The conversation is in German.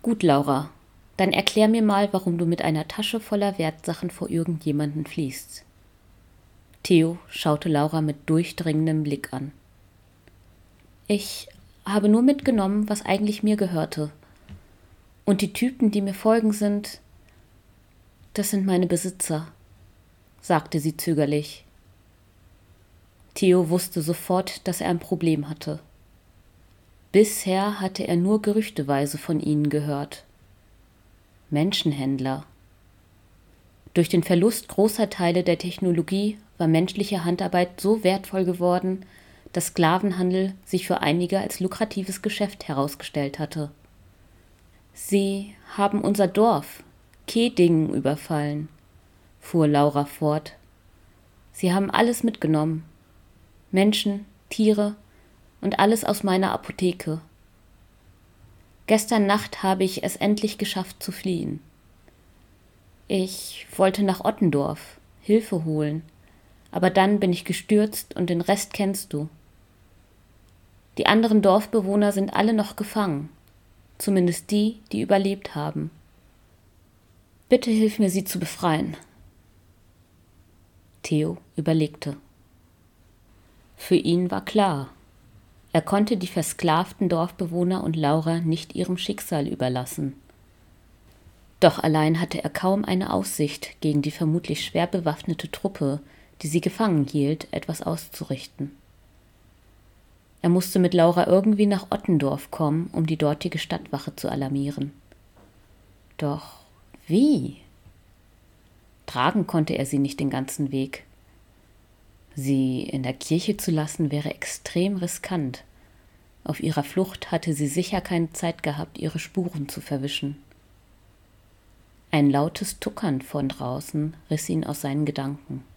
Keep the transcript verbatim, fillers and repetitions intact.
Gut, Laura, dann erklär mir mal, warum du mit einer Tasche voller Wertsachen vor irgendjemanden fliehst. Theo schaute Laura mit durchdringendem Blick an. Ich habe nur mitgenommen, was eigentlich mir gehörte. Und die Typen, die mir folgen, sind... Das sind meine Besitzer, sagte sie zögerlich. Theo wusste sofort, dass er ein Problem hatte. Bisher hatte er nur gerüchteweise von ihnen gehört. Menschenhändler. Durch den Verlust großer Teile der Technologie war menschliche Handarbeit so wertvoll geworden, dass Sklavenhandel sich für einige als lukratives Geschäft herausgestellt hatte. Sie haben unser Dorf, Kehdingen, überfallen, fuhr Laura fort. Sie haben alles mitgenommen. Menschen, Tiere und alles aus meiner Apotheke. Gestern Nacht habe ich es endlich geschafft zu fliehen. Ich wollte nach Ottendorf, Hilfe holen, aber dann bin ich gestürzt und den Rest kennst du. Die anderen Dorfbewohner sind alle noch gefangen, zumindest die, die überlebt haben. Bitte hilf mir, sie zu befreien. Theo überlegte. Für ihn war klar, er konnte die versklavten Dorfbewohner und Laura nicht ihrem Schicksal überlassen. Doch allein hatte er kaum eine Aussicht, gegen die vermutlich schwer bewaffnete Truppe, die sie gefangen hielt, etwas auszurichten. Er musste mit Laura irgendwie nach Ottendorf kommen, um die dortige Stadtwache zu alarmieren. Doch wie? Tragen konnte er sie nicht den ganzen Weg. Sie in der Kirche zu lassen, wäre extrem riskant. Auf ihrer Flucht hatte sie sicher keine Zeit gehabt, ihre Spuren zu verwischen. Ein lautes Tuckern von draußen riss ihn aus seinen Gedanken.